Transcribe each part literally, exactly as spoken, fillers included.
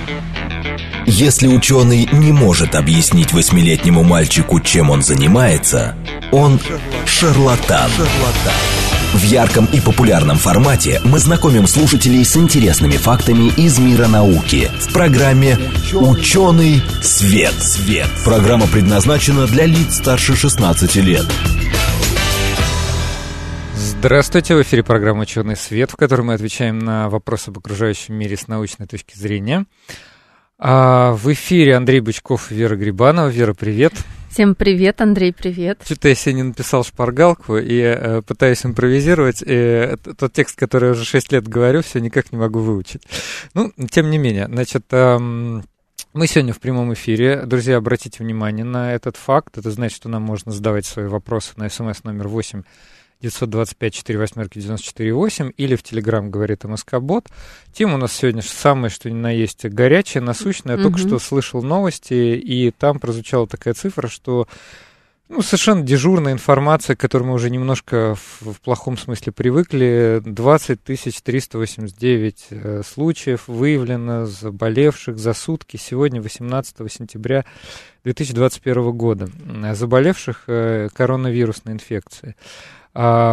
Если ученый не может объяснить восьмилетнему мальчику, чем он занимается, он шарлатан. В ярком и популярном формате мы знакомим слушателей с интересными фактами из мира науки в программе «Ученый свет». Свет. Программа предназначена для лиц старше шестнадцати лет. Здравствуйте, в эфире программа «Ученый свет», в которой мы отвечаем на вопросы об окружающем мире с научной точки зрения. А в эфире Андрей Бычков и Вера Грибанова. Вера, привет. Всем привет, Андрей, привет. Что-то я сегодня написал шпаргалку и э, пытаюсь импровизировать. И тот текст, который я уже шесть лет говорю, все никак не могу выучить. Ну, тем не менее, значит, э, мы сегодня в прямом эфире. Друзья, обратите внимание на этот факт. Это значит, что нам можно задавать свои вопросы на смс номер восемь девятьсот двадцать пять четыре восьмерки девяносто четыре восемь или в Телеграм говорит МСК-бот. Тема у нас сегодня самая, что ни на есть, горячая, насущная. Я mm-hmm. только что слышал новости, и там прозвучала такая цифра, что ну, совершенно дежурная информация, к которой мы уже немножко в, в плохом смысле привыкли. двадцать тысяч триста восемьдесят девять э, случаев выявлено заболевших за сутки сегодня, восемнадцатого сентября две тысячи двадцать первого года, заболевших э, коронавирусной инфекцией. В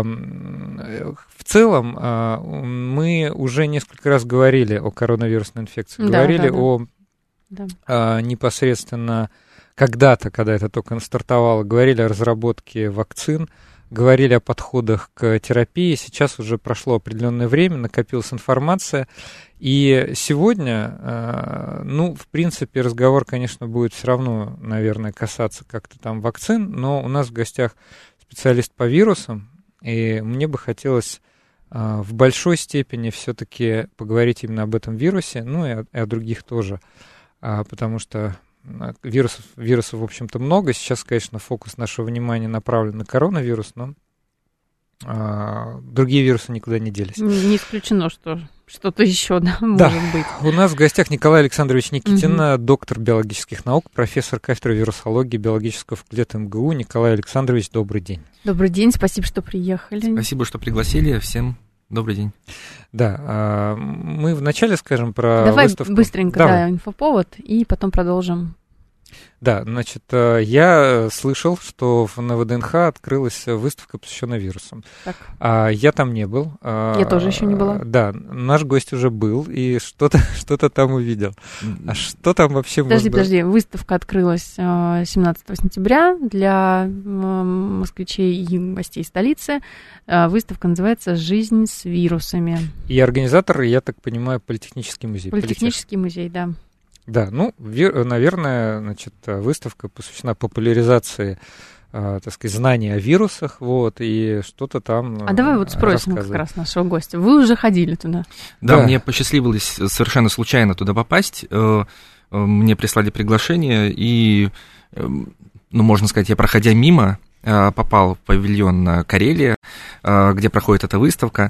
целом, мы уже несколько раз говорили о коронавирусной инфекции, да, говорили да, да. о да. непосредственно когда-то, когда это только стартовало, говорили о разработке вакцин, говорили о подходах к терапии. Сейчас уже прошло определенное время, накопилась информация, и сегодня, ну, в принципе, разговор, конечно, будет все равно, наверное, касаться как-то там вакцин, но у нас в гостях специалист по вирусам, и мне бы хотелось а, в большой степени все-таки поговорить именно об этом вирусе, ну и о, и о других тоже, а, потому что вирусов, вирусов, в общем-то, много. Сейчас, конечно, фокус нашего внимания направлен на коронавирус, но а, другие вирусы никуда не делись. Не исключено, что что-то еще, да, да. может быть. У нас в гостях Николай Александрович Никитин, угу. доктор биологических наук, профессор кафедры вирусологии биологического факультета МГУ. Николай Александрович, добрый день. Добрый день, спасибо, что приехали. Спасибо, что пригласили. Всем добрый день. Да, мы вначале скажем про Давай выставку. Быстренько, Давай. да, инфоповод, и потом продолжим. Да, значит, я слышал, что на ВДНХ открылась выставка, посвященная вирусам. Так. А, я там не был. Я а, тоже еще не была. Да, наш гость уже был и что-то, что-то там увидел. А что там вообще подожди, можно... Подожди, подожди, выставка открылась семнадцатого сентября для москвичей и гостей столицы. Выставка называется «Жизнь с вирусами». И организатор, я так понимаю, Политехнический музей. Политехнический музей, да. Да, ну, наверное, значит, выставка посвящена популяризации, так сказать, знаний о вирусах, вот, и что-то там А давай вот спросим как раз нашего гостя. Вы уже ходили туда? Да, да, мне посчастливилось совершенно случайно туда попасть. Мне прислали приглашение, и, ну, можно сказать, я, проходя мимо, попал в павильон Карелия, где проходит эта выставка.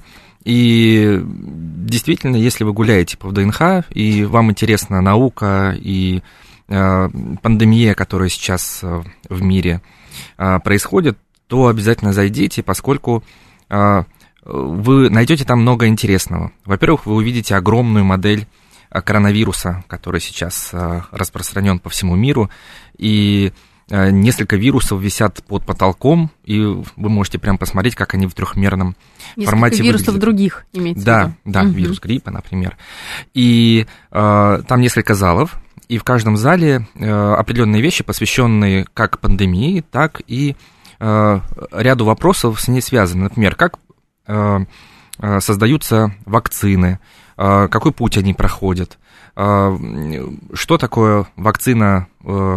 И действительно, если вы гуляете по ВДНХ, и вам интересна наука и э, пандемия, которая сейчас э, в мире э, происходит, то обязательно зайдите, поскольку э, вы найдете там много интересного. Во-первых, вы увидите огромную модель коронавируса, который сейчас э, распространен по всему миру, и несколько вирусов висят под потолком, и вы можете прям посмотреть, как они в трехмерном несколько формате выглядят. Вирусов других имеется да, в виду? Да, угу. вирус гриппа, например. И э, там несколько залов, и в каждом зале э, определенные вещи, посвященные как пандемии, так и э, ряду вопросов с ней связаны. Например, как э, создаются вакцины, э, какой путь они проходят, что такое вакцина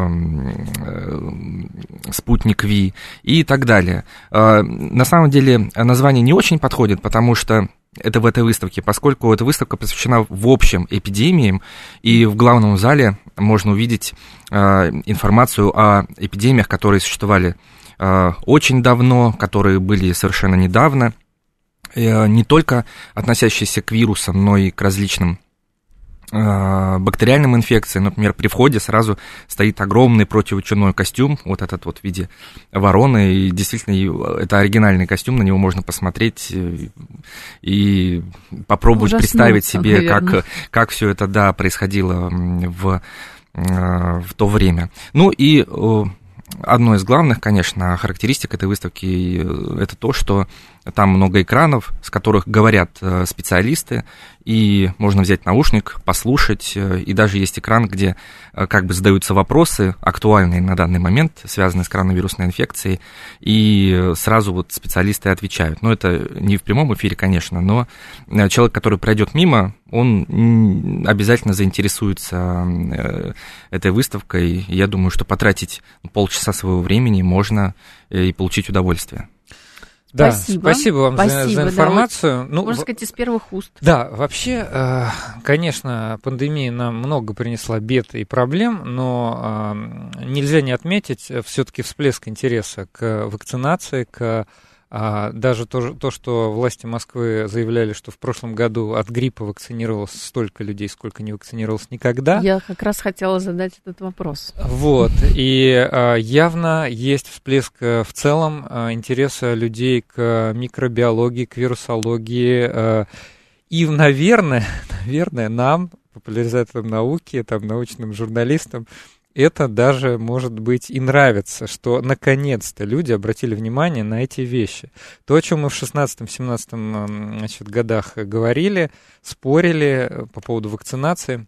«Спутник Ви» и так далее. На самом деле название не очень подходит, потому что это в этой выставке, поскольку эта выставка посвящена в общем эпидемиям, и в главном зале можно увидеть информацию о эпидемиях, которые существовали очень давно, которые были совершенно недавно, не только относящиеся к вирусам, но и к различным бактериальным инфекциям. Например, при входе сразу стоит огромный противочумной костюм, вот этот вот в виде вороны, и действительно это оригинальный костюм, на него можно посмотреть и попробовать Ужаснуться, представить себе, как, как все это, да, происходило в, в то время. Ну и одно из главных, конечно, характеристик этой выставки – это то, что там много экранов, с которых говорят специалисты, и можно взять наушник, послушать, и даже есть экран, где как бы задаются вопросы, актуальные на данный момент, связанные с коронавирусной инфекцией, и сразу вот специалисты отвечают. Но это не в прямом эфире, конечно, но человек, который пройдет мимо, он обязательно заинтересуется этой выставкой. Я думаю, что потратить полчаса своего времени можно и получить удовольствие. Да, спасибо. спасибо вам спасибо, за, за информацию. Да, ну, можно сказать, из первых уст. Да, вообще, конечно, пандемия нам много принесла бед и проблем, но нельзя не отметить все-таки всплеск интереса к вакцинации, к А даже то, то, что власти Москвы заявляли, что в прошлом году от гриппа вакцинировалось столько людей, сколько не вакцинировалось никогда. Я как раз хотела задать этот вопрос. Вот, и а, явно есть всплеск в целом а, интереса людей к микробиологии, к вирусологии. А, и, наверное, наверное, нам, популяризаторам науки, там, научным журналистам, это даже, может быть, и нравится, что наконец-то люди обратили внимание на эти вещи. То, о чем мы в шестнадцатом-семнадцатом значит, годах говорили, спорили по поводу вакцинации,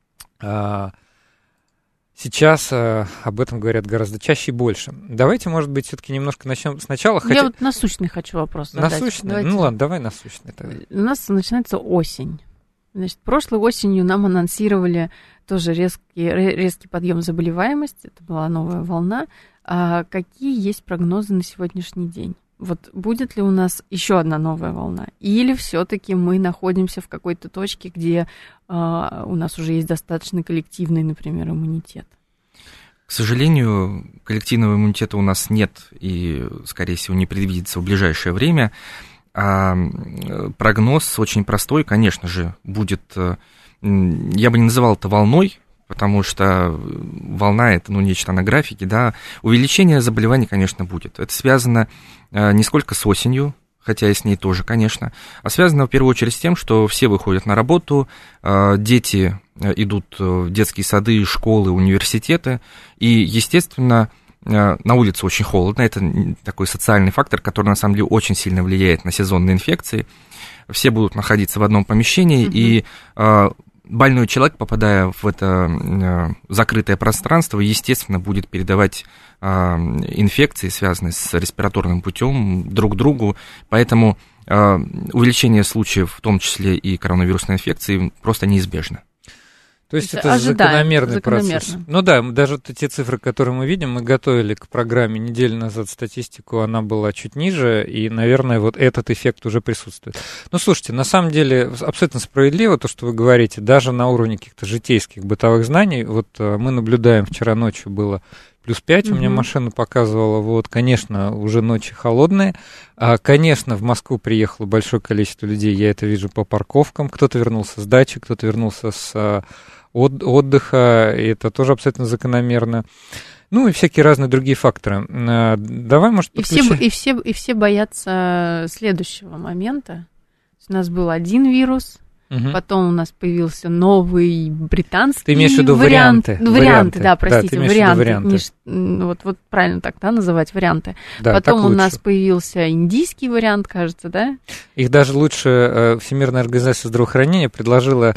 сейчас об этом говорят гораздо чаще и больше. Давайте, может быть, все-таки немножко начнем сначала. Я хотя... вот насущный хочу вопрос задать. Насущный? Давайте. Ну ладно, давай насущный тогда. У нас начинается осень. Значит, прошлой осенью нам анонсировали тоже резкий, резкий подъем заболеваемости, это была новая волна. А какие есть прогнозы на сегодняшний день? Вот будет ли у нас еще одна новая волна? Или все-таки мы находимся в какой-то точке, где а, у нас уже есть достаточно коллективный, например, иммунитет? К сожалению, коллективного иммунитета у нас нет и, скорее всего, не предвидится в ближайшее время. А прогноз очень простой, конечно же, будет, я бы не называл это волной, потому что волна – это, ну, нечто на графике, да, увеличение заболеваний, конечно, будет. Это связано не сколько с осенью, хотя и с ней тоже, конечно, а связано в первую очередь с тем, что все выходят на работу, дети идут в детские сады, школы, университеты, и, естественно, на улице очень холодно, это такой социальный фактор, который на самом деле очень сильно влияет на сезонные инфекции. Все будут находиться в одном помещении, mm-hmm. и э, больной человек, попадая в это э, закрытое пространство, естественно, будет передавать э, инфекции, связанные с респираторным путем, друг другу, поэтому э, увеличение случаев, в том числе и коронавирусной инфекции, просто неизбежно. То есть это закономерный процесс. Ну да, даже вот те цифры, которые мы видим, мы готовили к программе неделю назад статистику, она была чуть ниже, и, наверное, вот этот эффект уже присутствует. Ну, слушайте, на самом деле абсолютно справедливо то, что вы говорите, даже на уровне каких-то житейских бытовых знаний. Вот мы наблюдаем, вчера ночью было плюс пять, mm-hmm. у меня машина показывала, вот, конечно, уже ночи холодные. А, конечно, в Москву приехало большое количество людей, я это вижу по парковкам, кто-то вернулся с дачи, кто-то вернулся с от, отдыха, и это тоже абсолютно закономерно. Ну и всякие разные другие факторы. А, давай, может, подключим... и все, и, все, и все боятся следующего момента. У нас был один вирус, угу. потом у нас появился новый британский Ты имеешь в виду вариант. варианты? Варианты, варианты да, простите, да, варианты. варианты. Не, вот, вот правильно так, да, называть варианты. Да, потом у нас появился индийский вариант, кажется, да? Их даже лучше Всемирная организация здравоохранения предложила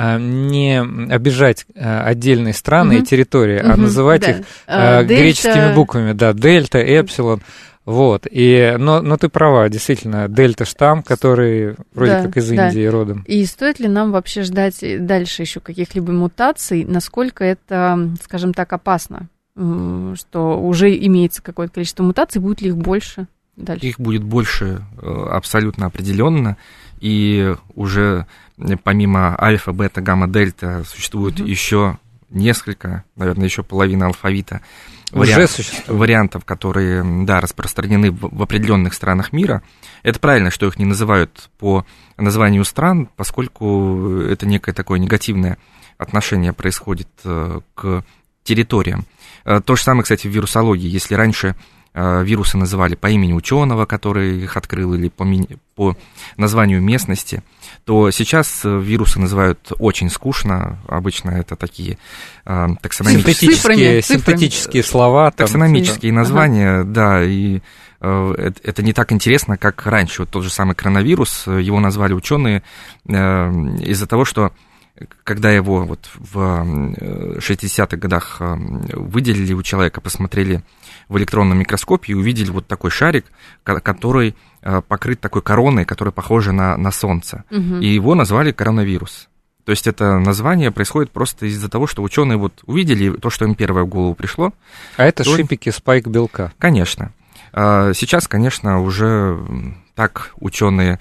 не обижать отдельные страны угу. и территории, угу. а называть да. их а, греческими дельта... буквами, да, дельта, эпсилон. Вот, и, но, но ты права, действительно, дельта-штамм, который вроде да, как из Индии да. родом. И стоит ли нам вообще ждать дальше еще каких-либо мутаций, насколько это, скажем так, опасно, что уже имеется какое-то количество мутаций, будет ли их больше дальше? Их будет больше абсолютно определенно, и уже помимо альфа, бета, гамма, дельта существует угу. еще несколько, наверное, еще половина алфавита вариант, вариантов, которые, да, распространены в, в определенных странах мира. Это правильно, что их не называют по названию стран, поскольку это некое такое негативное отношение происходит к территориям. То же самое, кстати, в вирусологии. Если раньше вирусы называли по имени ученого, который их открыл, или по, по названию местности, то сейчас вирусы называют очень скучно. Обычно это такие э, таксономические, синтетические, синтетические слова. Там, таксономические да. названия, ага. да, и э, это не так интересно, как раньше. Вот тот же самый коронавирус, его назвали ученые э, из-за того, что когда его вот в шестидесятых годах выделили у человека, посмотрели в электронном микроскопе и увидели вот такой шарик, который покрыт такой короной, которая похожа на, на Солнце. Угу. И его назвали коронавирус. То есть это название происходит просто из-за того, что ученые вот увидели то, что им первое в голову пришло. А это то... шипики спайк белка. Конечно. Сейчас, конечно, уже так ученые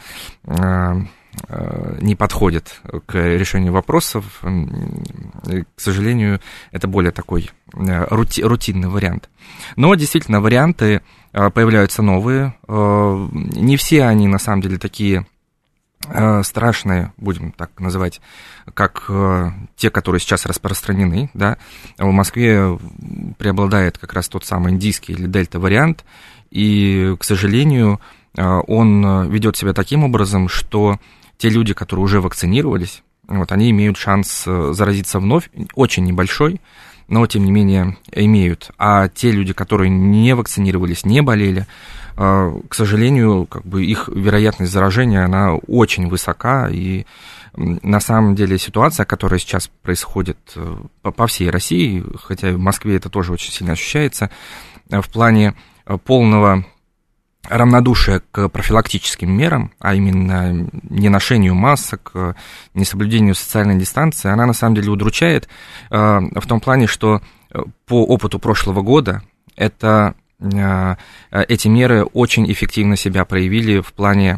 не подходит к решению вопросов. К сожалению, это более такой рутинный вариант. Но действительно, варианты появляются новые. Не все они, на самом деле, такие страшные, будем так называть, как те, которые сейчас распространены. Да? В Москве преобладает как раз тот самый индийский или дельта-вариант. И, к сожалению, он ведет себя таким образом, что те люди, которые уже вакцинировались, вот, они имеют шанс заразиться вновь, очень небольшой, но, тем не менее, имеют. А те люди, которые не вакцинировались, не болели, к сожалению, как бы их вероятность заражения, она очень высока, и на самом деле ситуация, которая сейчас происходит по всей России, хотя в Москве это тоже очень сильно ощущается, в плане полного равнодушие к профилактическим мерам, а именно неношению масок, несоблюдению социальной дистанции, она на самом деле удручает в том плане, что по опыту прошлого года это, эти меры очень эффективно себя проявили в плане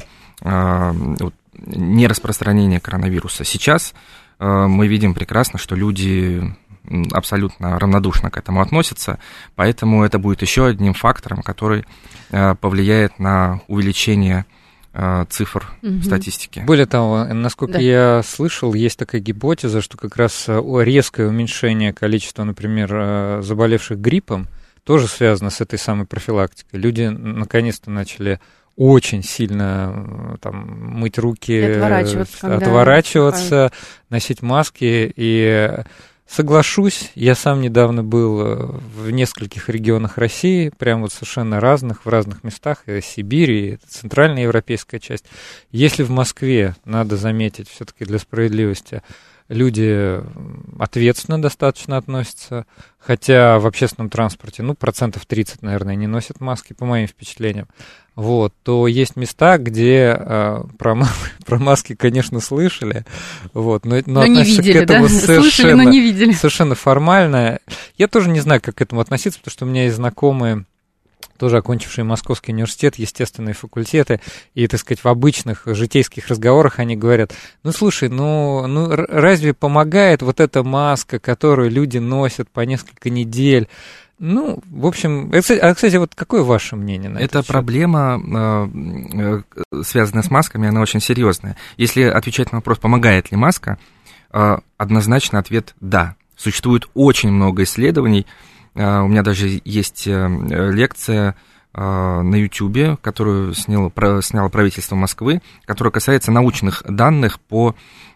нераспространения коронавируса. Сейчас мы видим прекрасно, что люди абсолютно равнодушно к этому относятся, поэтому это будет еще одним фактором, который повлияет на увеличение цифр угу. статистики. Более того, насколько да. я слышал, есть такая гипотеза, что как раз резкое уменьшение количества, например, заболевших гриппом тоже связано с этой самой профилактикой. Люди наконец-то начали очень сильно там, мыть руки, и отворачиваться, отворачиваться носить маски. И соглашусь, я сам недавно был в нескольких регионах России, прям вот совершенно разных, в разных местах, и Сибирь, и центральная европейская часть. Если в Москве, надо заметить, все-таки для справедливости, люди ответственно достаточно относятся, хотя в общественном транспорте, ну, процентов тридцать, наверное, не носят маски, по моим впечатлениям, вот, то есть места, где э, про, про маски, конечно, слышали, вот, но, но, но не видели, к этому да? совершенно, слышали, но не видели. Совершенно формально. Я тоже не знаю, как к этому относиться, потому что у меня есть знакомые, тоже окончившие Московский университет, естественные факультеты, и, так сказать, в обычных житейских разговорах они говорят, ну, слушай, ну, ну разве помогает вот эта маска, которую люди носят по несколько недель? Ну, в общем, а, кстати, вот какое ваше мнение на это? Эта проблема, связанная с масками, она очень серьезная. Если отвечать на вопрос, помогает ли маска, однозначно ответ «да». Существует очень много исследований. У меня даже есть лекция на Ютьюбе, которую сняло, сняло правительство Москвы, которая касается научных данных, по,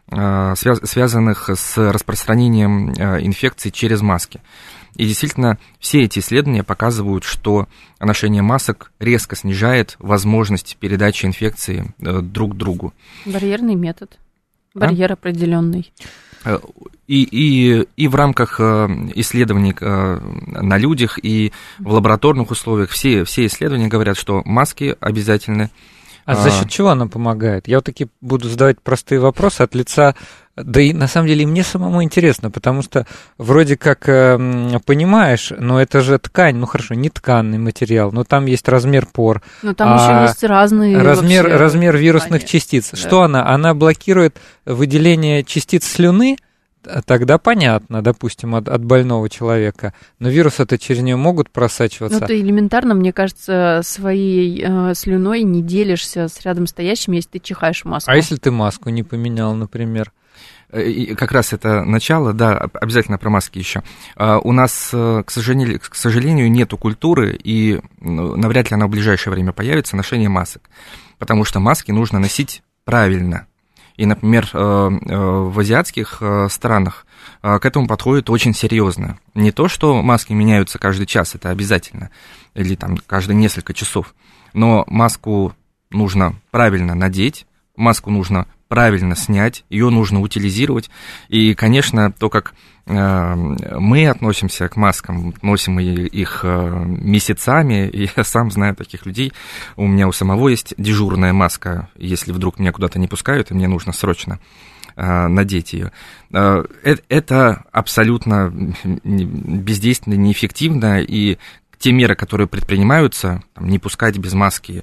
связанных с распространением инфекций через маски. И действительно, все эти исследования показывают, что ношение масок резко снижает возможность передачи инфекции друг другу. Барьерный метод, барьер а? определенный. И, и, и в рамках исследований на людях, и в лабораторных условиях все, все исследования говорят, что маски обязательны. А за счет чего она помогает? Я вот таки буду задавать простые вопросы от лица, да и на самом деле и мне самому интересно, потому что вроде как э, понимаешь, но это же ткань, ну хорошо, не тканный материал, но там есть размер пор. Но там а еще есть разные размер, размер вирусных ткани. Частиц. Да. Что она? Она блокирует выделение частиц слюны, тогда понятно, допустим, от, от больного человека. Но вирусы-то через нее могут просачиваться. Ну, ты элементарно, мне кажется, своей э, слюной не делишься с рядом стоящими, если ты чихаешь в маску. А если ты маску не поменял, например? И как раз это начало, да, обязательно про маски еще. У нас, к сожалению, к сожалению, нету культуры, и навряд ли она в ближайшее время появится, ношение масок. Потому что маски нужно носить правильно. И, например, в азиатских странах к этому подходят очень серьезно. Не то, что маски меняются каждый час, это обязательно, или там каждые несколько часов, но маску нужно правильно надеть, маску нужно правильно снять, ее нужно утилизировать. И, конечно, то, как э, мы относимся к маскам, носим их э, месяцами, и я сам знаю таких людей. У меня у самого есть дежурная маска, если вдруг меня куда-то не пускают, и мне нужно срочно э, надеть ее. Э, это абсолютно бездейственно, неэффективно, и те меры, которые предпринимаются, там, не пускать без маски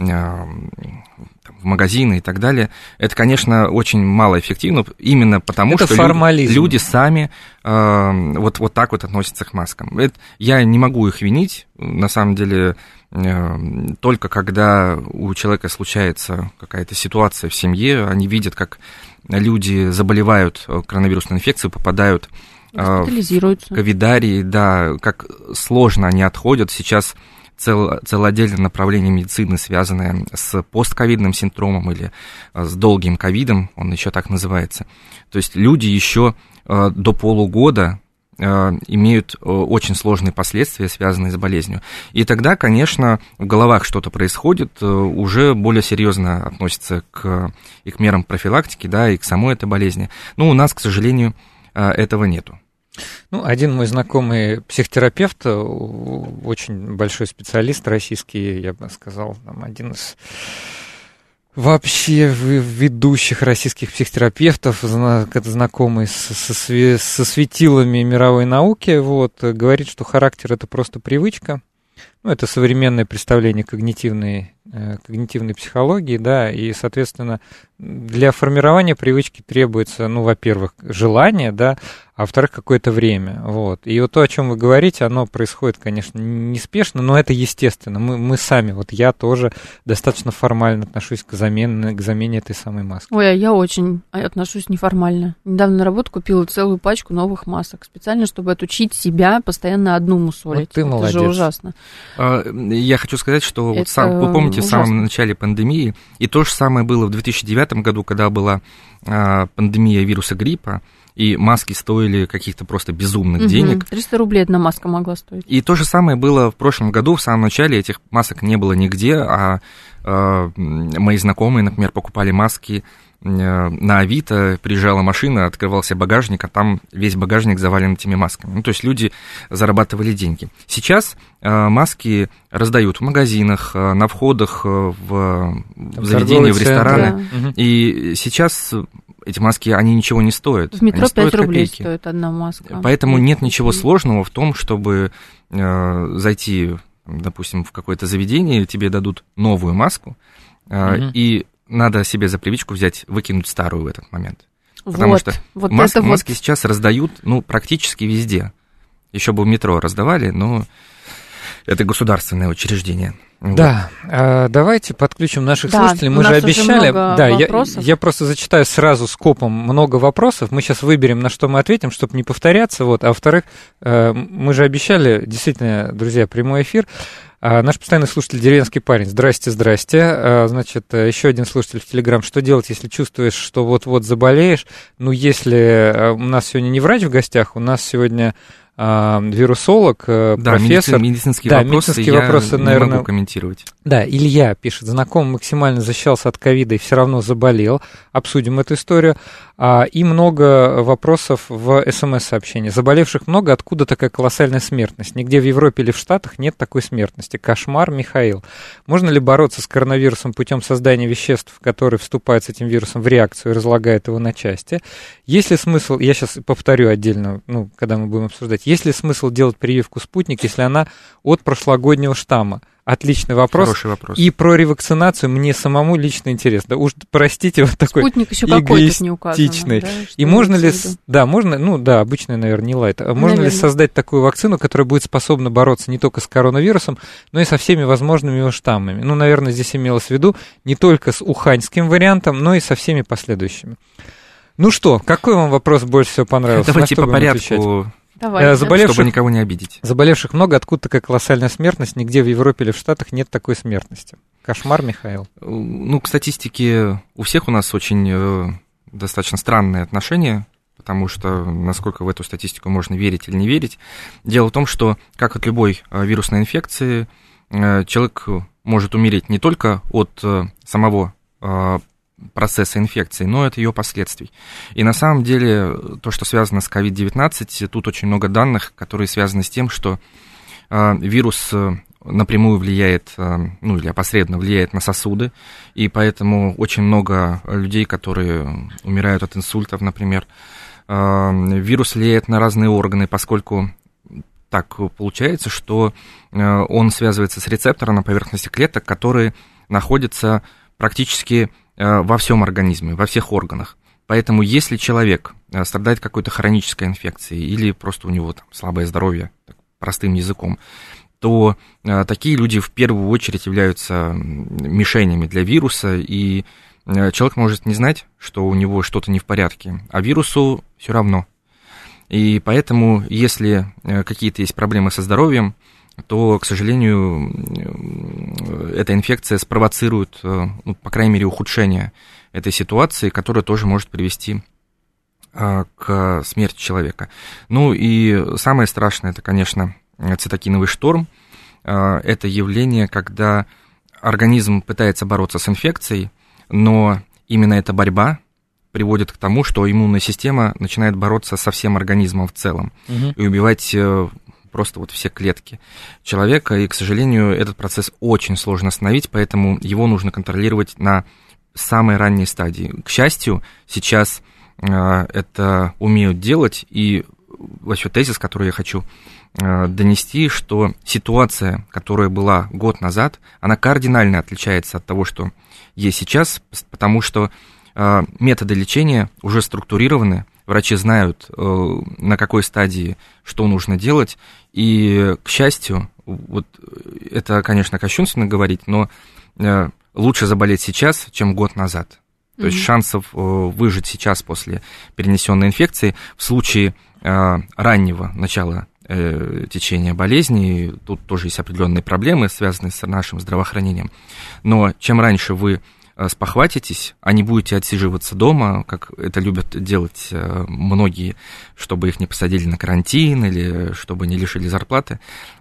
в магазины и так далее, это, конечно, очень малоэффективно, именно потому, это что люди, люди сами э, вот, вот так вот относятся к маскам. Это, я не могу их винить, на самом деле, э, только когда у человека случается какая-то ситуация в семье, они видят, как люди заболевают коронавирусной инфекцией, попадают в ковидарии, да, как сложно они отходят. Сейчас Цел, целое отдельное направление медицины, связанное с постковидным синдромом или с долгим ковидом, он еще так называется. То есть люди еще до полугода имеют очень сложные последствия, связанные с болезнью. И тогда, конечно, в головах что-то происходит, уже более серьезно относятся к, и к мерам профилактики, да, и к самой этой болезни. Но у нас, к сожалению, этого нету. Ну, один мой знакомый психотерапевт, очень большой специалист российский, я бы сказал, там, один из вообще ведущих российских психотерапевтов, знакомый со, со, со светилами мировой науки, вот, говорит, что характер — это просто привычка. Ну, это современное представление когнитивной, когнитивной психологии, да, и, соответственно, для формирования привычки требуется, ну, во-первых, желание, да, а во-вторых, какое-то время, вот. И вот то, о чем вы говорите, оно происходит, конечно, неспешно, но это естественно. Мы, мы сами, вот я тоже достаточно формально отношусь к замене, к замене этой самой маски. Ой, а я очень отношусь неформально. Недавно на работу купила целую пачку новых масок, специально, чтобы отучить себя постоянно одну мусолить. Вот ты это молодец. же ужасно. Я хочу сказать, что вот сам, вы помните, ужасно. В самом начале пандемии, и то же самое было в две тысячи девятом году, когда была пандемия вируса гриппа, и маски стоили каких-то просто безумных угу. денег. триста рублей одна маска могла стоить. И то же самое было в прошлом году, в самом начале этих масок не было нигде, а э, мои знакомые, например, покупали маски э, на Авито, приезжала машина, открывался багажник, а там весь багажник завален этими масками. Ну, то есть люди зарабатывали деньги. Сейчас э, маски раздают в магазинах, э, на входах в, в заведения, в рестораны. Да. И сейчас эти маски, они ничего не стоят. В метро пять рублей стоит одна маска. Поэтому нет ничего сложного в том, чтобы э, зайти, допустим, в какое-то заведение, тебе дадут новую маску, э, mm-hmm. и надо себе за привычку взять, выкинуть старую в этот момент. Потому вот, что вот маски, маски вот... сейчас раздают, ну, практически везде. Еще бы в метро раздавали, но это государственное учреждение. Да, вот. Давайте подключим наших да, слушателей. Мы же обещали. Да, я, я просто зачитаю сразу скопом много вопросов. Мы сейчас выберем, на что мы ответим, чтобы не повторяться. Вот. А во-вторых, мы же обещали, действительно, друзья, прямой эфир. Наш постоянный слушатель «Деревенский парень». Здрасте, здрасте. Значит, еще один слушатель в Телеграм. Что делать, если чувствуешь, что вот-вот заболеешь? Ну, если у нас сегодня не врач в гостях, у нас сегодня вирусолог, да, профессор. Медицинские да, вопросы медицинские я вопросы, не наверное, могу комментировать. Да, Илья пишет, знакомый максимально защищался от ковида и все равно заболел. Обсудим эту историю. И много вопросов в СМС-сообщении. Заболевших много, откуда такая колоссальная смертность? Нигде в Европе или в Штатах нет такой смертности. Кошмар, Михаил. Можно ли бороться с коронавирусом путем создания веществ, которые вступают с этим вирусом в реакцию и разлагают его на части? Есть ли смысл, я сейчас повторю отдельно, ну, когда мы будем обсуждать, есть ли смысл делать прививку «Спутник», если она от прошлогоднего штамма? Отличный вопрос. Хороший вопрос. И про ревакцинацию мне самому лично интересно. Уж простите, вот такой Спутник еще какой-то не указан. Да, и можно ли... Да, можно... Ну да, обычная, наверное, не лайт. Можно наверное. ли создать такую вакцину, которая будет способна бороться не только с коронавирусом, но и со всеми возможными его штаммами? Ну, наверное, здесь имелось в виду не только с уханьским вариантом, но и со всеми последующими. Ну что, какой вам вопрос больше всего понравился? Давайте по порядку, Давай, Заболевших, чтобы никого не обидеть. Заболевших много, откуда такая колоссальная смертность? Нигде в Европе или в Штатах нет такой смертности. Кошмар, Михаил. Ну, к статистике у всех у нас очень э, достаточно странное отношение, потому что насколько в эту статистику можно верить или не верить. Дело в том, что, как от любой э, вирусной инфекции, э, человек может умереть не только от э, самого э, процесса инфекции, но от ее последствий. И на самом деле то, что связано с ковид девятнадцать, тут очень много данных, которые связаны с тем, что э, вирус э, напрямую влияет, э, ну или опосредованно влияет на сосуды, и поэтому очень много людей, которые умирают от инсультов, например. Э, вирус влияет на разные органы, поскольку так получается, что э, он связывается с рецептором на поверхности клеток, которые находятся практически во всем организме, во всех органах. Поэтому если человек страдает какой-то хронической инфекцией или просто у него там слабое здоровье, так, простым языком, то а, такие люди в первую очередь являются мишенями для вируса, и а, человек может не знать, что у него что-то не в порядке, а вирусу все равно. И поэтому, если а, какие-то есть проблемы со здоровьем, то, к сожалению, эта инфекция спровоцирует, ну, по крайней мере, ухудшение этой ситуации, которая тоже может привести к смерти человека. Ну и самое страшное, это, конечно, цитокиновый шторм. Это явление, когда организм пытается бороться с инфекцией, но именно эта борьба приводит к тому, что иммунная система начинает бороться со всем организмом в целом, угу. и убивать просто вот все клетки человека, и, к сожалению, этот процесс очень сложно остановить, поэтому его нужно контролировать на самой ранней стадии. К счастью, сейчас э, это умеют делать, и вообще тезис, который я хочу э, донести, что ситуация, которая была год назад, она кардинально отличается от того, что есть сейчас, потому что э, методы лечения уже структурированы, врачи знают, э, на какой стадии что нужно делать, и, к счастью, вот это, конечно, кощунственно говорить, но э, лучше заболеть сейчас, чем год назад. То mm-hmm. есть шансов э, выжить сейчас после перенесенной инфекции в случае э, раннего начала э, течения болезни, тут тоже есть определенные проблемы, связанные с нашим здравоохранением, но чем раньше вы спохватитесь, а не будете отсиживаться дома, как это любят делать многие, чтобы их не посадили на карантин или чтобы не лишили зарплаты.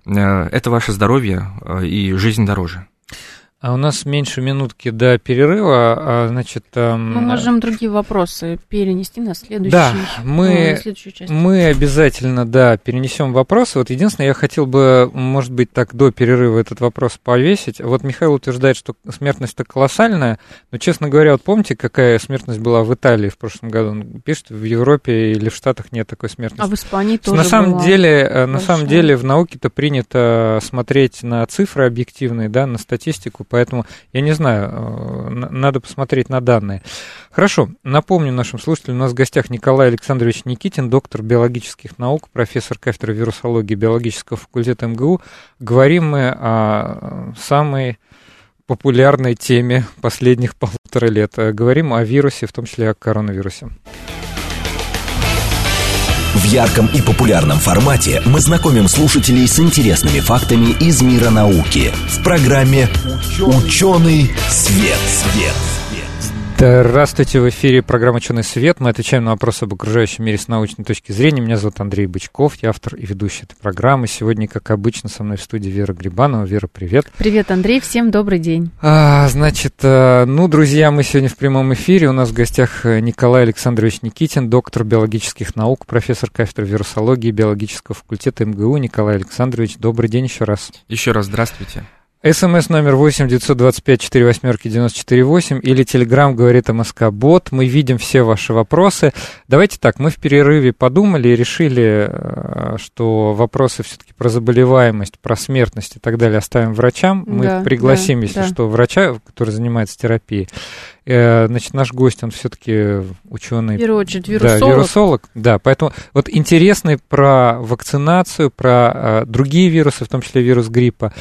Это ваше здоровье и жизнь дороже. А у нас меньше минутки до перерыва, а, значит... Мы можем другие вопросы перенести на следующий, да, мы, на следующую часть. Мы обязательно, да, перенесем вопросы. Вот единственное, я хотел бы, может быть, так до перерыва этот вопрос повесить. Вот Михаил утверждает, что смертность-то колоссальная, но, честно говоря, вот помните, какая смертность была в Италии в прошлом году? Он пишет, в Европе или в Штатах нет такой смертности. А в Испании тоже на самом была деле, большая. На самом деле в науке-то принято смотреть на цифры объективные, да, на статистику, поэтому, я не знаю, надо посмотреть на данные. Хорошо, напомню нашим слушателям, у нас в гостях Николай Александрович Никитин, доктор биологических наук, профессор кафедры вирусологии биологического факультета эм гэ у. Говорим мы о самой популярной теме последних полутора лет. Говорим о вирусе, в том числе о коронавирусе. В ярком и популярном формате мы знакомим слушателей с интересными фактами из мира науки в программе «Ученый свет». свет. Здравствуйте, в эфире программа «Ученый свет». Мы отвечаем на вопросы об окружающем мире с научной точки зрения. Меня зовут Андрей Бычков, я автор и ведущий этой программы. Сегодня, как обычно, со мной в студии Вера Грибанова. Вера, привет. Привет, Андрей, всем добрый день. А, значит, ну, друзья, мы сегодня в прямом эфире. У нас в гостях Николай Александрович Никитин, доктор биологических наук, профессор кафедры вирусологии биологического факультета эм гэ у. Николай Александрович, добрый день еще раз. Еще раз здравствуйте. СМС номер восемь девятьсот двадцать пять четыре восьмерки девяносто четыре восемь или Телеграм говорит МСК-бот. Мы видим все ваши вопросы. Давайте так, мы в перерыве подумали и решили, что вопросы все-таки про заболеваемость, про смертность и так далее оставим врачам. Мы да, пригласим, да, если да. что, врача, который занимается терапией. Значит, наш гость, он все-таки ученый. В первую очередь, вирусолог. Да, вирусолог. Да, поэтому вот интересный про вакцинацию, про другие вирусы, в том числе вирус гриппа.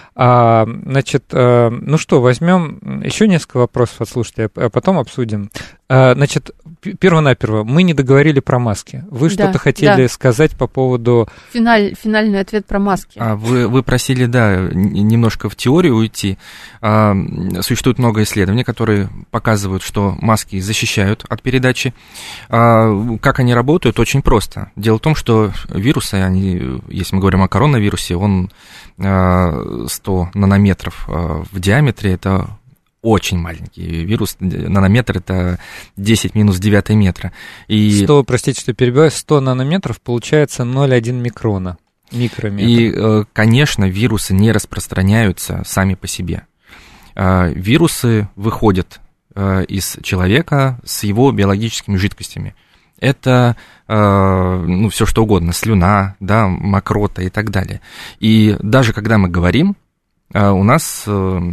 А, значит, ну что, возьмем еще несколько вопросов от слушателей, а потом обсудим. А, значит, перво-наперво, мы не договорили про маски. Вы да, что-то хотели да. сказать по поводу... Финаль, финальный ответ про маски. А вы, вы просили, да, немножко в теорию уйти. А, существует много исследований, которые показывают, что маски защищают от передачи. А, как они работают? Очень просто. Дело в том, что вирусы, они, если мы говорим о коронавирусе, он сто нанометров в диаметре, это очень маленький вирус, нанометр это десять минус девять метра. И... сто, простите, что перебиваю, сто нанометров получается ноль целых одна микрона, микрометр. И, конечно, вирусы не распространяются сами по себе. Вирусы выходят из человека с его биологическими жидкостями. Это, ну, все что угодно, слюна, да, мокрота и так далее. И даже когда мы говорим, у нас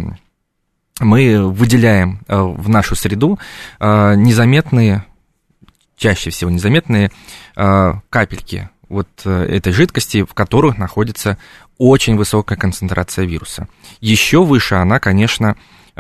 мы выделяем в нашу среду незаметные, чаще всего незаметные капельки вот этой жидкости, в которых находится очень высокая концентрация вируса. Еще выше она, конечно,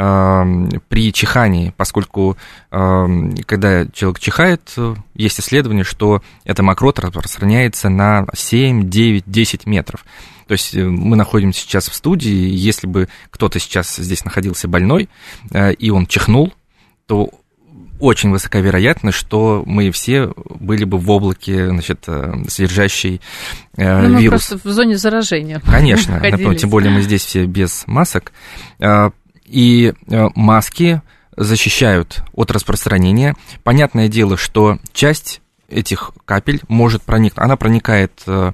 при чихании, поскольку когда человек чихает, есть исследование, что эта мокрота распространяется на семь, девять, десять метров. То есть мы находимся сейчас в студии, и если бы кто-то сейчас здесь находился больной, и он чихнул, то очень высока вероятность, что мы все были бы в облаке, значит, содержащей ну, мы вирус. Просто в зоне заражения. Конечно, тем более мы здесь все без масок. И маски защищают от распространения. Понятное дело, что часть этих капель может проникнуть. Она проникает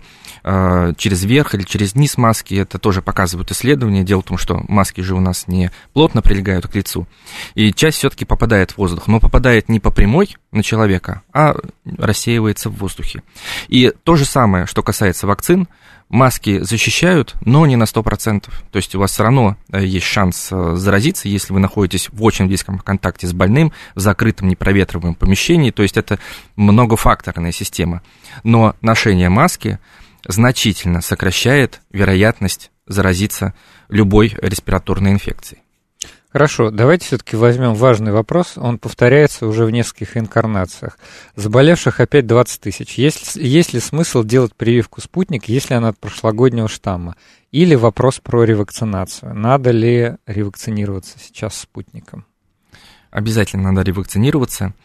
через верх или через низ маски. Это тоже показывают исследования. Дело в том, что маски же у нас не плотно прилегают к лицу. И часть все-таки попадает в воздух. Но попадает не по прямой на человека, а рассеивается в воздухе. И то же самое, что касается вакцин. Маски защищают, но не на сто процентов. То есть у вас все равно есть шанс заразиться, если вы находитесь в очень близком контакте с больным, в закрытом непроветриваемом помещении. То есть это многофакторная система. Но ношение маски значительно сокращает вероятность заразиться любой респираторной инфекцией. Хорошо, давайте все-таки возьмем важный вопрос. Он повторяется уже в нескольких инкарнациях. Заболевших опять двадцать тысяч. Есть, есть ли смысл делать прививку «Спутник», если она от прошлогоднего штамма? Или вопрос про ревакцинацию. Надо ли ревакцинироваться сейчас «Спутником»? Обязательно надо ревакцинироваться.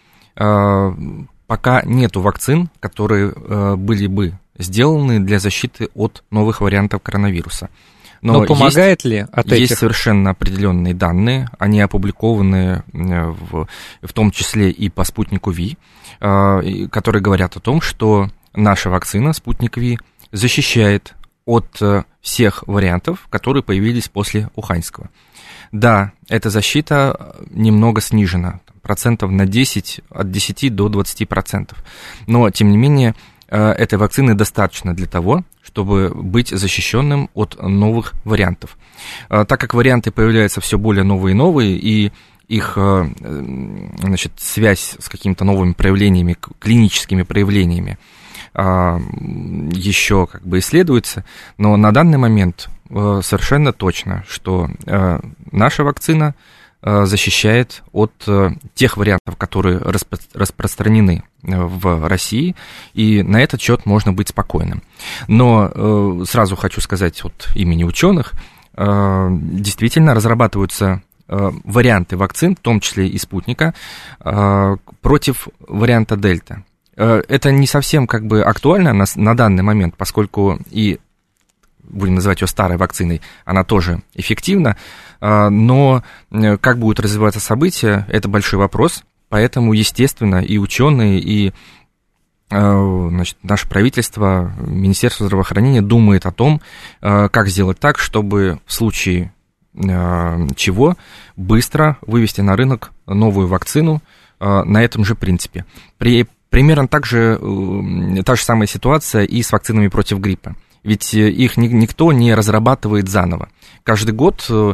Пока нету вакцин, которые были бы сделаны для защиты от новых вариантов коронавируса. Но, Но помогает есть, ли от этих? Есть совершенно определенные данные, они опубликованы в, в том числе и по «Спутнику Ви», которые говорят о том, что наша вакцина «Спутник Ви» защищает от всех вариантов, которые появились после уханьского. Да, эта защита немного снижена, процентов на десять, от десяти до двадцати процентов, но, тем не менее, этой вакцины достаточно для того, чтобы быть защищенным от новых вариантов. Так как варианты появляются все более новые и новые, и их, значит, связь с какими-то новыми проявлениями, клиническими проявлениями еще как бы исследуется, но на данный момент совершенно точно, что наша вакцина защищает от тех вариантов, которые распро- распространены в России, и на этот счет можно быть спокойным. Но э, сразу хочу сказать от имени ученых, э, действительно разрабатываются э, варианты вакцин, в том числе и «Спутника», э, против варианта «Дельта». Э, это не совсем как бы актуально на, на данный момент, поскольку и будем называть ее старой вакциной, она тоже эффективна, но как будут развиваться события, это большой вопрос, поэтому, естественно, и ученые, и, значит, наше правительство, Министерство здравоохранения думает о том, как сделать так, чтобы в случае чего быстро вывести на рынок новую вакцину на этом же принципе. При, примерно так же, та же самая ситуация и с вакцинами против гриппа. Ведь их никто не разрабатывает заново. Каждый год э,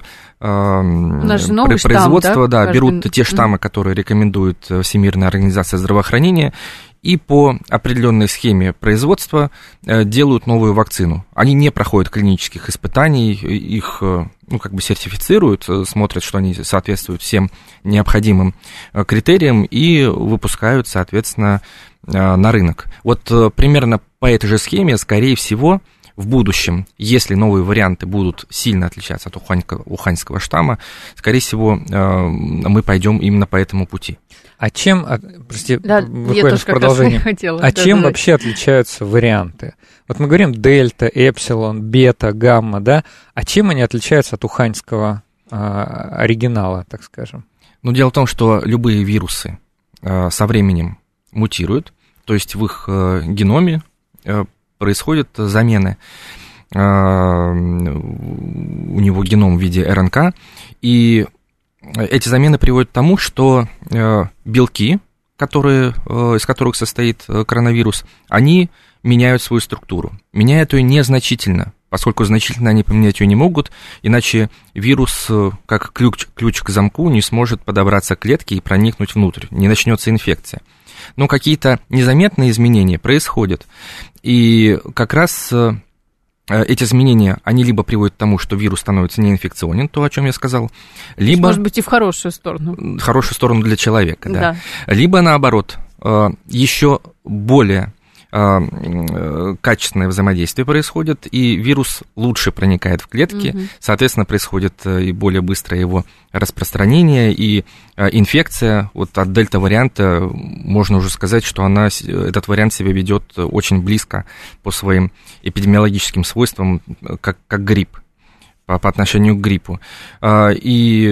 производство, штамм, да, да, каждый... берут те штаммы, которые рекомендует Всемирная организация здравоохранения, и по определенной схеме производства делают новую вакцину. Они не проходят клинических испытаний, их, ну, как бы сертифицируют, смотрят, что они соответствуют всем необходимым критериям и выпускают, соответственно, на рынок. Вот примерно по этой же схеме, скорее всего, в будущем, если новые варианты будут сильно отличаться от уханьского, уханьского штамма, скорее всего, мы пойдем именно по этому пути. А чем, прости, да, буквально в продолжение, хотела, а да, чем да, вообще да. отличаются варианты? Вот мы говорим дельта, эпсилон, бета, гамма, да? А чем они отличаются от уханьского а, оригинала, так скажем? Ну, дело в том, что любые вирусы а, со временем мутируют, то есть в их а, геноме а, происходят замены. А, у него геном в виде эр эн ка, и эти замены приводят к тому, что э, белки, которые, э, из которых состоит э, коронавирус, они меняют свою структуру. Меняют ее незначительно, поскольку значительно они поменять ее не могут, иначе вирус, э, как ключ, ключ к замку, не сможет подобраться к клетке и проникнуть внутрь, не начнется инфекция. Но какие-то незаметные изменения происходят, и как раз... Э, Эти изменения, они либо приводят к тому, что вирус становится неинфекционен, то, о чем я сказал, либо... Может быть, и в хорошую сторону. В хорошую сторону для человека, да. да. Либо, наоборот, еще более качественное взаимодействие происходит, и вирус лучше проникает в клетки, угу. соответственно, происходит и более быстрое его распространение, и инфекция, вот от дельта-варианта можно уже сказать, что она, этот вариант себя ведет очень близко по своим эпидемиологическим свойствам, как, как грипп. По, по отношению к гриппу. И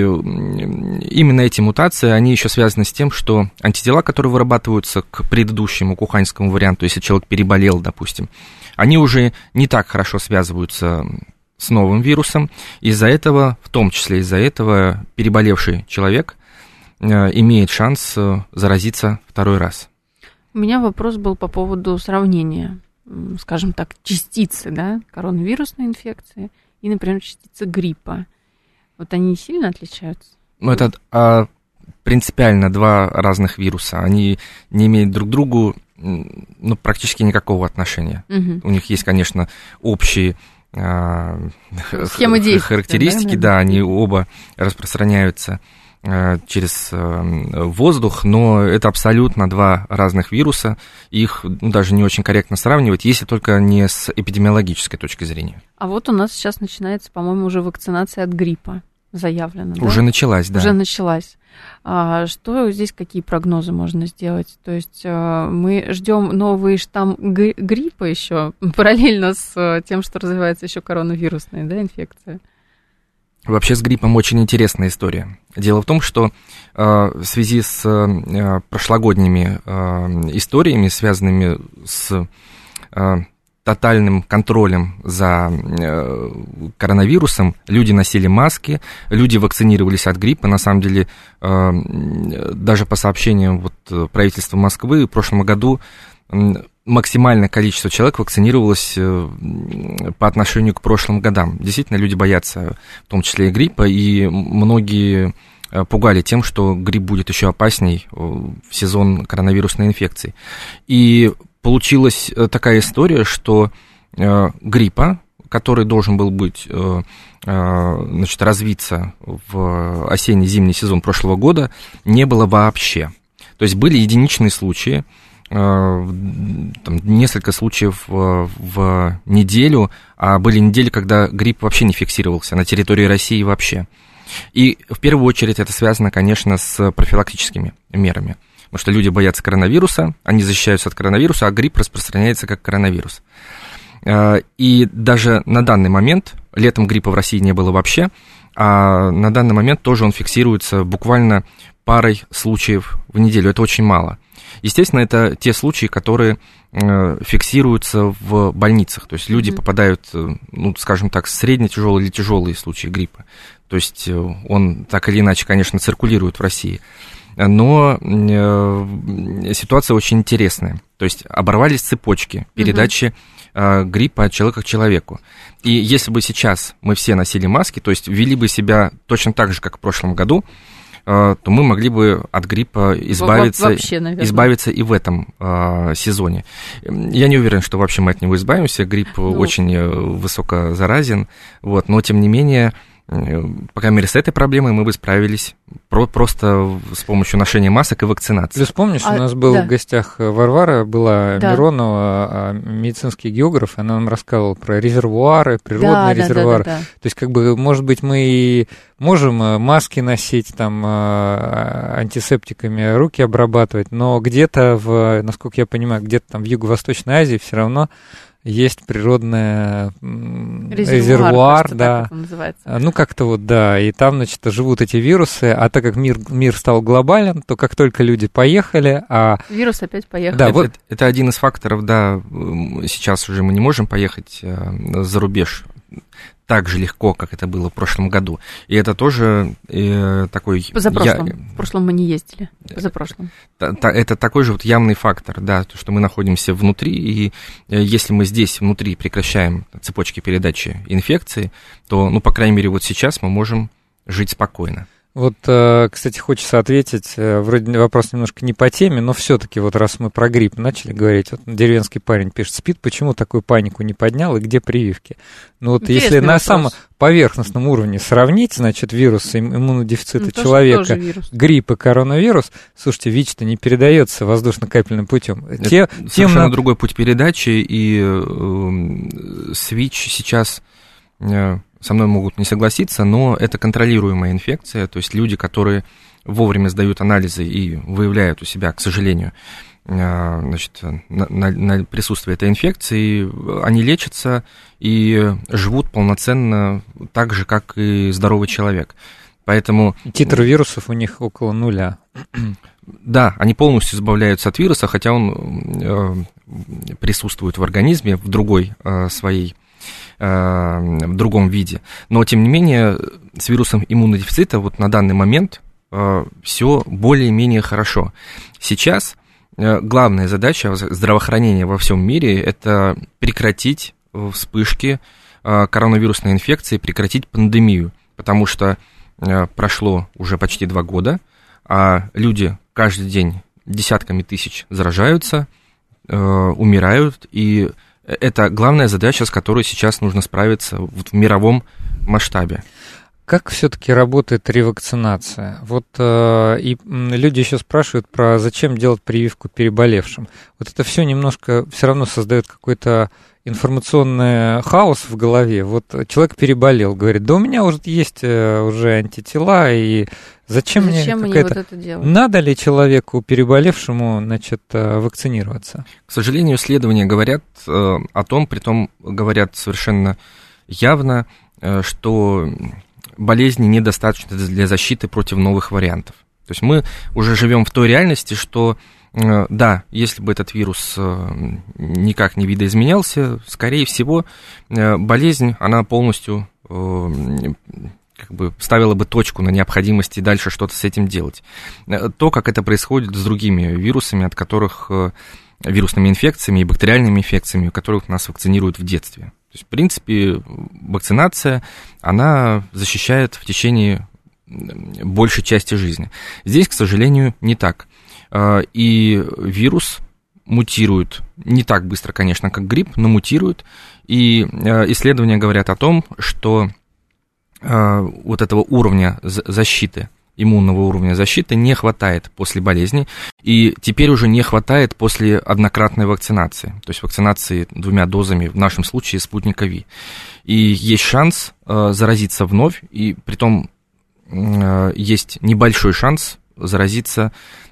именно эти мутации, они еще связаны с тем, что антитела, которые вырабатываются к предыдущему, к уханьскому варианту, если человек переболел, допустим, они уже не так хорошо связываются с новым вирусом. Из-за этого, в том числе из-за этого, переболевший человек имеет шанс заразиться второй раз. У меня вопрос был по поводу сравнения, скажем так, частицы, да, коронавирусной инфекции и, например, частицы гриппа. Вот они сильно отличаются? Ну, это а, принципиально два разных вируса. Они не имеют друг к другу ну, практически никакого отношения. Угу. У них есть, конечно, общие а, схемы действия, характеристики, да, да, они оба распространяются через воздух, но это абсолютно два разных вируса, их ну, даже не очень корректно сравнивать, если только не с эпидемиологической точки зрения. А вот у нас сейчас начинается, по-моему, уже вакцинация от гриппа заявлена. Уже да? началась, да. Уже началась. А что здесь, какие прогнозы можно сделать? То есть мы ждем новый штамм гриппа еще, параллельно с тем, что развивается еще коронавирусная, да, инфекция? Вообще с гриппом очень интересная история. Дело в том, что э, в связи с э, прошлогодними э, историями, связанными с э, тотальным контролем за э, коронавирусом, люди носили маски, люди вакцинировались от гриппа. На самом деле, э, даже по сообщениям вот, правительства Москвы, в прошлом году э, максимальное количество человек вакцинировалось по отношению к прошлым годам. Действительно, люди боятся, в том числе и гриппа, и многие пугали тем, что грипп будет еще опасней в сезон коронавирусной инфекции. И получилась такая история, что гриппа, который должен был быть, значит, развиться в осенне-зимний сезон прошлого года, не было вообще. То есть были единичные случаи, там, несколько случаев в, в неделю, а были недели, когда грипп вообще не фиксировался на территории России вообще. И в первую очередь это связано, конечно, с профилактическими мерами, потому что люди боятся коронавируса, они защищаются от коронавируса, а грипп распространяется как коронавирус. И даже на данный момент, летом гриппа в России не было вообще, а на данный момент тоже он фиксируется буквально парой случаев в неделю, это очень мало. Естественно, это те случаи, которые э, фиксируются в больницах. То есть люди mm-hmm. попадают, ну, скажем так, средне-тяжелые или тяжелые случаи гриппа. То есть он так или иначе, конечно, циркулирует в России. Но э, ситуация очень интересная. То есть оборвались цепочки передачи э, гриппа от человека к человеку. И если бы сейчас мы все носили маски, то есть вели бы себя точно так же, как в прошлом году, то мы могли бы от гриппа избавиться, вообще, избавиться и в этом э, сезоне. Я не уверен, что вообще мы от него избавимся. Грипп ну. очень высоко заразен, вот, но тем не менее, по крайней мере, с этой проблемой мы бы справились про- просто с помощью ношения масок и вакцинации. Плюс помнишь, а, у нас был да. в гостях Варвара, была да. Миронова, медицинский географ, она нам рассказывала про резервуары, природные да, резервуары. Да, да, да, да. То есть, как бы, может быть, мы и можем маски носить, там, антисептиками руки обрабатывать, но где-то, в, насколько я понимаю, где-то там в Юго-Восточной Азии все равно есть природный резервуар, резервуар кажется, да. Так называется. Ну, как-то вот, да, и там, значит, живут эти вирусы, а так как мир, мир стал глобален, то как только люди поехали, а... Вирус опять поехал. Да, это, вот... это, это один из факторов, да, сейчас уже мы не можем поехать за рубеж так же легко, как это было в прошлом году. И это тоже э, такой... Позапрошлом. Я... В прошлом мы не ездили. Позапрошлом. Это такой же вот явный фактор, да, то, что мы находимся внутри, и если мы здесь внутри прекращаем цепочки передачи инфекции, то, ну, по крайней мере, вот сейчас мы можем жить спокойно. Вот, кстати, хочется ответить, вроде вопрос немножко не по теме, но все-таки вот раз мы про грипп начали говорить, вот деревенский парень пишет, СПИД, почему такую панику не поднял и где прививки? Ну вот интересный если вопрос. На самом поверхностном уровне сравнить, значит, вирусы иммунодефицита ну, человека, грипп и коронавирус, слушайте, ВИЧ-то не передается воздушно-капельным путем. Это Те, совершенно тем... другой путь передачи, и э, с ВИЧ сейчас... Э, со мной могут не согласиться, но это контролируемая инфекция, то есть люди, которые вовремя сдают анализы и выявляют у себя, к сожалению, значит, на, на, на присутствие этой инфекции, они лечатся и живут полноценно так же, как и здоровый человек. Поэтому... Титр вирусов у них около нуля. Да, они полностью избавляются от вируса, хотя он присутствует в организме в другой своей в другом виде. Но, тем не менее, с вирусом иммунодефицита вот на данный момент э, все более-менее хорошо. Сейчас э, главная задача здравоохранения во всем мире – это прекратить вспышки э, коронавирусной инфекции, прекратить пандемию, потому что э, прошло уже почти два года, а люди каждый день десятками тысяч заражаются, э, умирают, и это главная задача, с которой сейчас нужно справиться вот в мировом масштабе. Как все-таки работает ревакцинация? Вот э, и люди еще спрашивают про зачем делать прививку переболевшим. Вот это все немножко все равно создает какой-то информационный хаос в голове. Вот человек переболел, говорит, да у меня уже есть уже антитела, и зачем, зачем мне, мне вот это делать? Надо ли человеку переболевшему, значит, вакцинироваться? К сожалению, исследования говорят э, о том, притом говорят совершенно явно, э, что болезни недостаточно для защиты против новых вариантов. То есть мы уже живем в той реальности, что да, если бы этот вирус никак не видоизменялся, скорее всего, болезнь, она полностью как бы ставила бы точку на необходимости дальше что-то с этим делать. То, как это происходит с другими вирусами, от которых вирусными инфекциями и бактериальными инфекциями, которых нас вакцинируют в детстве. То есть, в принципе, вакцинация, она защищает в течение большей части жизни. Здесь, к сожалению, не так. И вирус мутирует не так быстро, конечно, как грипп, но мутирует. И исследования говорят о том, что вот этого уровня защиты, иммунного уровня защиты не хватает после болезни, и теперь уже не хватает после однократной вакцинации, то есть вакцинации двумя дозами, в нашем случае спутника Ви. И есть шанс заразиться вновь, и притом есть небольшой шанс заразиться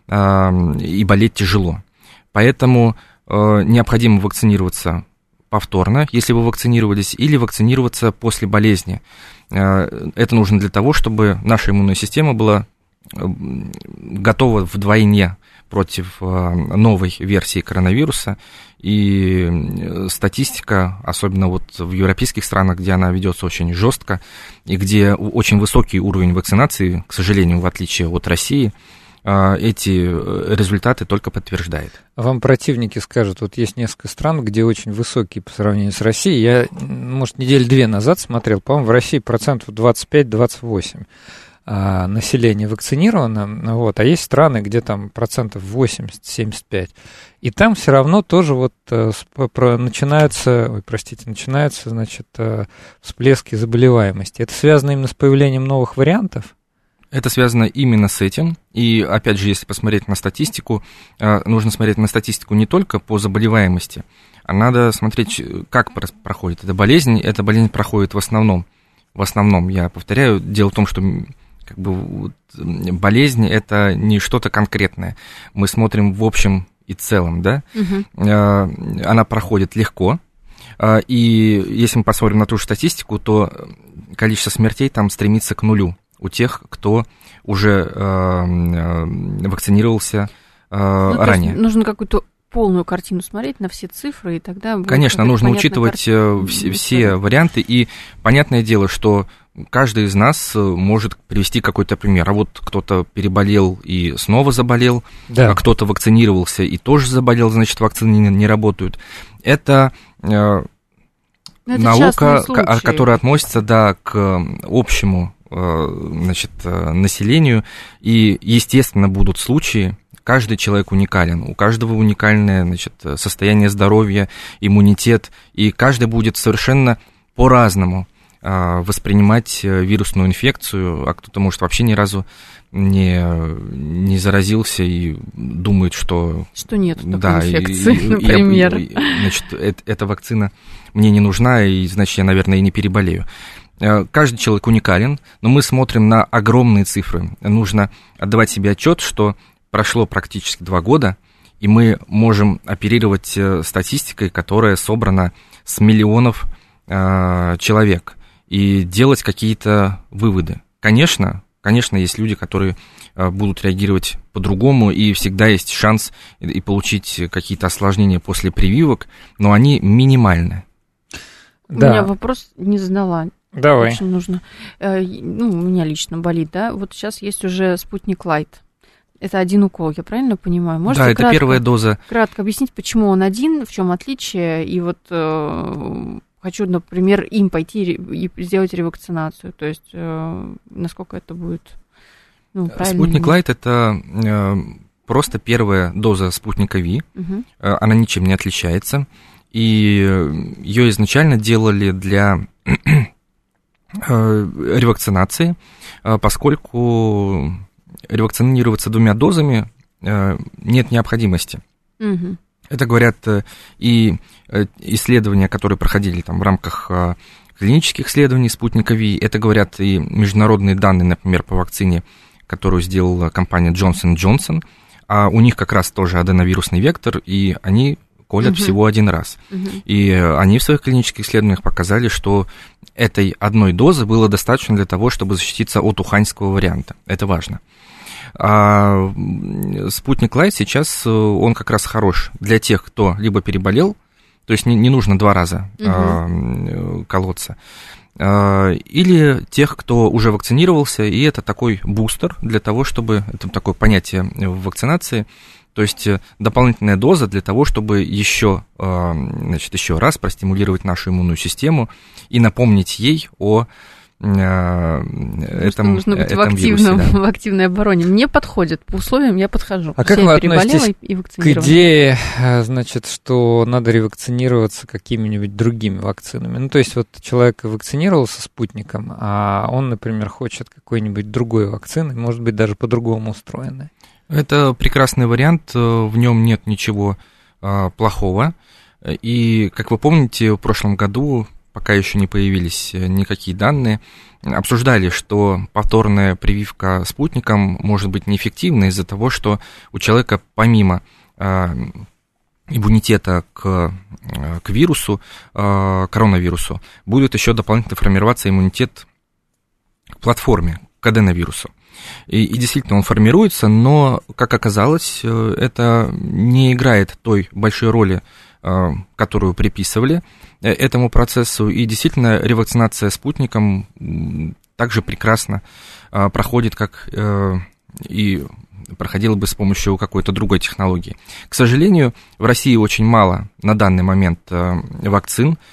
и болеть тяжело. Поэтому необходимо вакцинироваться повторно, если вы вакцинировались, или вакцинироваться после болезни. Это нужно для того, чтобы наша иммунная система была готова вдвойне против новой версии коронавируса. И статистика, особенно вот в европейских странах, где она ведется очень жестко, и где очень высокий уровень вакцинации, к сожалению, в отличие от России, эти результаты только подтверждает. Вам противники скажут, вот есть несколько стран, где очень высокие по сравнению с Россией. Я, может, недели две назад смотрел, по-моему, в России процентов двадцать пять - двадцать восемь. населения вакцинировано, вот, а есть страны, где там процентов восемьдесят-семьдесят пять. И там все равно тоже вот начинаются, ой, простите, начинаются, значит, всплески заболеваемости. Это связано именно с появлением новых вариантов? Это связано именно с этим, и, опять же, если посмотреть на статистику, нужно смотреть на статистику не только по заболеваемости, а надо смотреть, как проходит эта болезнь. Эта болезнь проходит в основном, в основном, я повторяю, дело в том, что как бы болезнь – это не что-то конкретное. Мы смотрим в общем и целом, да, угу. Она проходит легко, и если мы посмотрим на ту же статистику, то количество смертей там стремится к нулю у тех, кто уже э, вакцинировался э, ну, ранее. Нужно какую-то полную картину смотреть на все цифры, и тогда... Конечно, нужно учитывать все, все варианты, и понятное дело, что каждый из нас может привести какой-то пример. А вот кто-то переболел и снова заболел, да. А кто-то вакцинировался и тоже заболел, значит, вакцины не, не работают. Это... Э, наука, которая относится, да, к общему, значит, населению, и, естественно, будут случаи, каждый человек уникален, у каждого уникальное, значит, состояние здоровья, иммунитет, и каждый будет совершенно по-разному воспринимать вирусную инфекцию, а кто-то, может, вообще ни разу не, не заразился и думает, что... Что нет такой да, инфекции, и, например. И, и, значит, это, эта вакцина мне не нужна, и, значит, я, наверное, и не переболею. Каждый человек уникален, но мы смотрим на огромные цифры. Нужно отдавать себе отчет, что прошло практически два года, и мы можем оперировать статистикой, которая собрана с миллионов э, человек, и делать какие-то выводы. Конечно, конечно, есть люди, которые будут реагировать по-другому, и всегда есть шанс и получить какие-то осложнения после прививок, но они минимальны. Да. У меня вопрос не задала. Давай. Очень нужно. Ну, у меня лично болит, да. Вот сейчас есть уже спутник Лайт. Это один укол, я правильно понимаю? Можете да, это кратко, первая доза. Кратко объяснить, почему он один, в чем отличие, и вот э, хочу, например, им пойти и сделать ревакцинацию, то есть э, насколько это будет ну, правильно. Спутник Лайт – это э, просто первая доза спутника Ви, угу. э, она ничем не отличается, и ее изначально делали для ревакцинации, поскольку ревакцинироваться двумя дозами нет необходимости. Угу. Это говорят и исследования, которые проходили там в рамках клинических исследований спутника Ви, это говорят и международные данные, например, по вакцине, которую сделала компания Johnson энд Johnson, а у них как раз тоже аденовирусный вектор, и они колят uh-huh. всего один раз. Uh-huh. И они в своих клинических исследованиях показали, что этой одной дозы было достаточно для того, чтобы защититься от уханьского варианта. Это важно. А спутник Лайт сейчас, он как раз хорош для тех, кто либо переболел, то есть не, не нужно два раза uh-huh. колоться, или тех, кто уже вакцинировался, и это такой бустер для того, чтобы, это такое понятие в вакцинации, то есть дополнительная доза для того, чтобы еще, значит, еще раз простимулировать нашу иммунную систему и напомнить ей о этом, нужно быть этом в, активном, вирусе, да. в активной обороне. Мне подходит, по условиям я подхожу. А Все, как вы относитесь и к идее, значит, что надо ревакцинироваться какими-нибудь другими вакцинами? Ну, то есть вот человек вакцинировался спутником, а он, например, хочет какой-нибудь другой вакцины, может быть, даже по-другому устроенной. Это прекрасный вариант, в нем нет ничего плохого. И, как вы помните, в прошлом году, пока еще не появились никакие данные, обсуждали, что повторная прививка спутником может быть неэффективна из-за того, что у человека помимо иммунитета к, к вирусу, коронавирусу, будет еще дополнительно формироваться иммунитет к платформе, к аденовирусу. И, и действительно он формируется, но, как оказалось, это не играет той большой роли, которую приписывали этому процессу, и действительно ревакцинация спутником также прекрасно проходит, как и проходила бы с помощью какой-то другой технологии. К сожалению, в России очень мало на данный момент вакцин,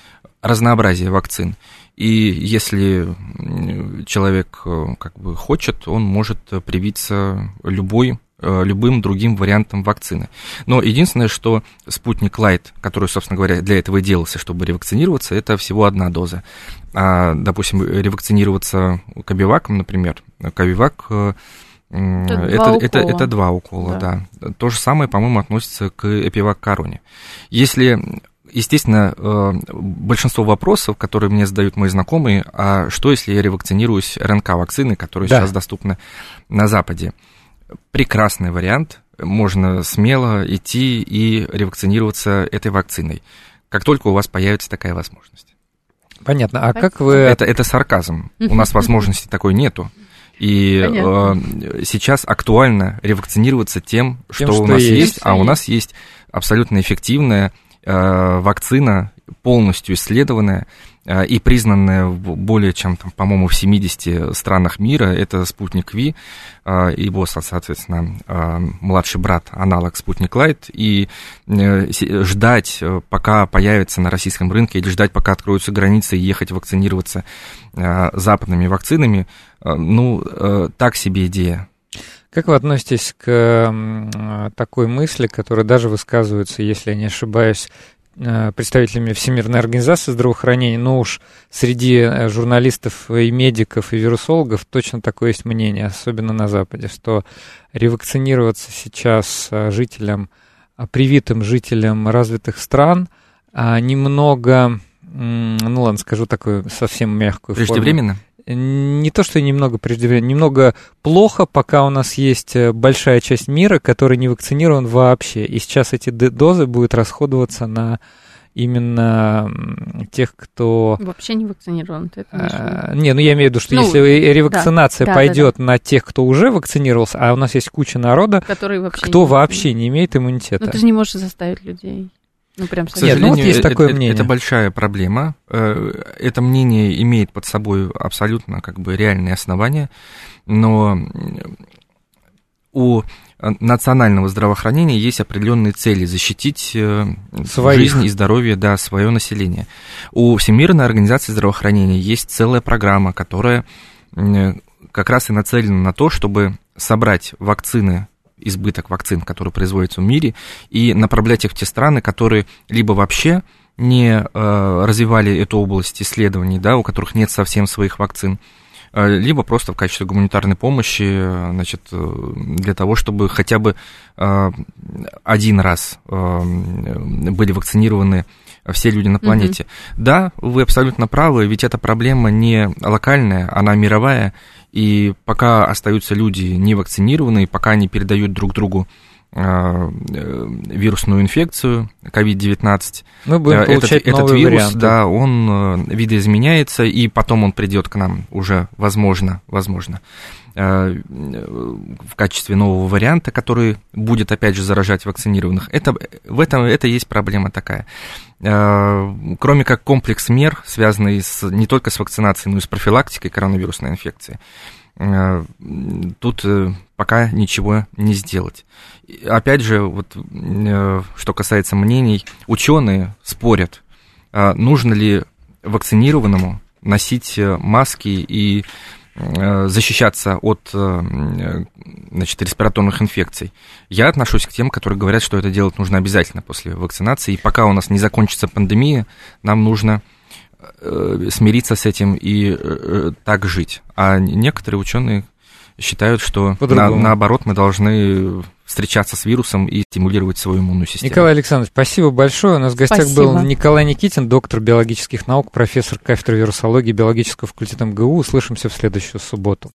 разнообразие вакцин. И если человек как бы хочет, он может привиться любой, любым другим вариантом вакцины. Но единственное, что спутник Лайт, который, собственно говоря, для этого и делался, чтобы ревакцинироваться, это всего одна доза. А, допустим, ревакцинироваться Ковиваком, например, Ковивак это, это, это, это два укола, да. да. То же самое, по-моему, относится к Эпивак-Короне. Если... Естественно, большинство вопросов, которые мне задают мои знакомые, а что, если я ревакцинируюсь РНК-вакциной, которые да. сейчас доступны на Западе? Прекрасный вариант, можно смело идти и ревакцинироваться этой вакциной, как только у вас появится такая возможность. Понятно, а как вы... Это, это сарказм, у нас возможности такой нету. И э, сейчас актуально ревакцинироваться тем, что, тем, что у нас есть, есть а у нас есть абсолютно эффективная вакцина, полностью исследованная и признанная в более чем, там, по-моему, в семидесяти странах мира. Это Спутник Ви, его, соответственно, младший брат, аналог Спутник Лайт. И ждать, пока появится на российском рынке, или ждать, пока откроются границы, и ехать вакцинироваться западными вакцинами, ну, так себе идея. Как вы относитесь к такой мысли, которая даже высказывается, если я не ошибаюсь, представителями Всемирной организации здравоохранения, но уж среди журналистов и медиков, и вирусологов точно такое есть мнение, особенно на Западе, что ревакцинироваться сейчас жителям, привитым жителям развитых стран немного, ну ладно, скажу такую совсем мягкую форму. Преждевременно? Не то, что немного преждевременно, немного плохо, пока у нас есть большая часть мира, который не вакцинирован вообще. И сейчас эти дозы будут расходоваться на именно тех, кто... Вообще не вакцинирован. Ты это а, не, ну я имею в виду, что ну, если ревакцинация да, пойдет да, да, да. на тех, кто уже вакцинировался, а у нас есть куча народа, вообще кто не вообще не имеет иммунитета. Но ты же не можешь заставить людей... Ну, прям К сожалению, Нет, ну, вот есть это, такое мнение. Это большая проблема. Это мнение имеет под собой абсолютно как бы реальные основания, но у национального здравоохранения есть определенные цели защитить Своих. жизнь и здоровье, да, свое население. У Всемирной организации здравоохранения есть целая программа, которая как раз и нацелена на то, чтобы собрать вакцины, избыток вакцин, которые производятся в мире, и направлять их в те страны, которые либо вообще не э, развивали эту область исследований, да, у которых нет совсем своих вакцин, э, либо просто в качестве гуманитарной помощи, значит, для того, чтобы хотя бы э, один раз э, были вакцинированы все люди на планете. Mm-hmm. Да, вы абсолютно правы, ведь эта проблема не локальная, она мировая, и пока остаются люди невакцинированные, пока они передают друг другу э, вирусную инфекцию ковид девятнадцать, мы будем этот, получать этот вирус, варианты. Да, он видоизменяется, и потом он придет к нам уже, возможно, возможно, э, в качестве нового варианта, который будет, опять же, заражать вакцинированных. Это, в этом это есть проблема такая. Э, кроме как комплекс мер, связанный с, не только с вакцинацией, но и с профилактикой коронавирусной инфекции, э, тут э, пока ничего не сделать. Опять же, вот, э, что касается мнений, ученые спорят, э, нужно ли вакцинированному носить маски и э, защищаться от э, значит, респираторных инфекций. Я отношусь к тем, которые говорят, что это делать нужно обязательно после вакцинации, и пока у нас не закончится пандемия, нам нужно э, смириться с этим и э, так жить. А некоторые ученые считают, что на, наоборот мы должны встречаться с вирусом и стимулировать свою иммунную систему. Николай Александрович, спасибо большое. У нас в гостях спасибо. был Николай Никитин, доктор биологических наук, профессор кафедры вирусологии биологического факультета эм гэ у. Услышимся в следующую субботу.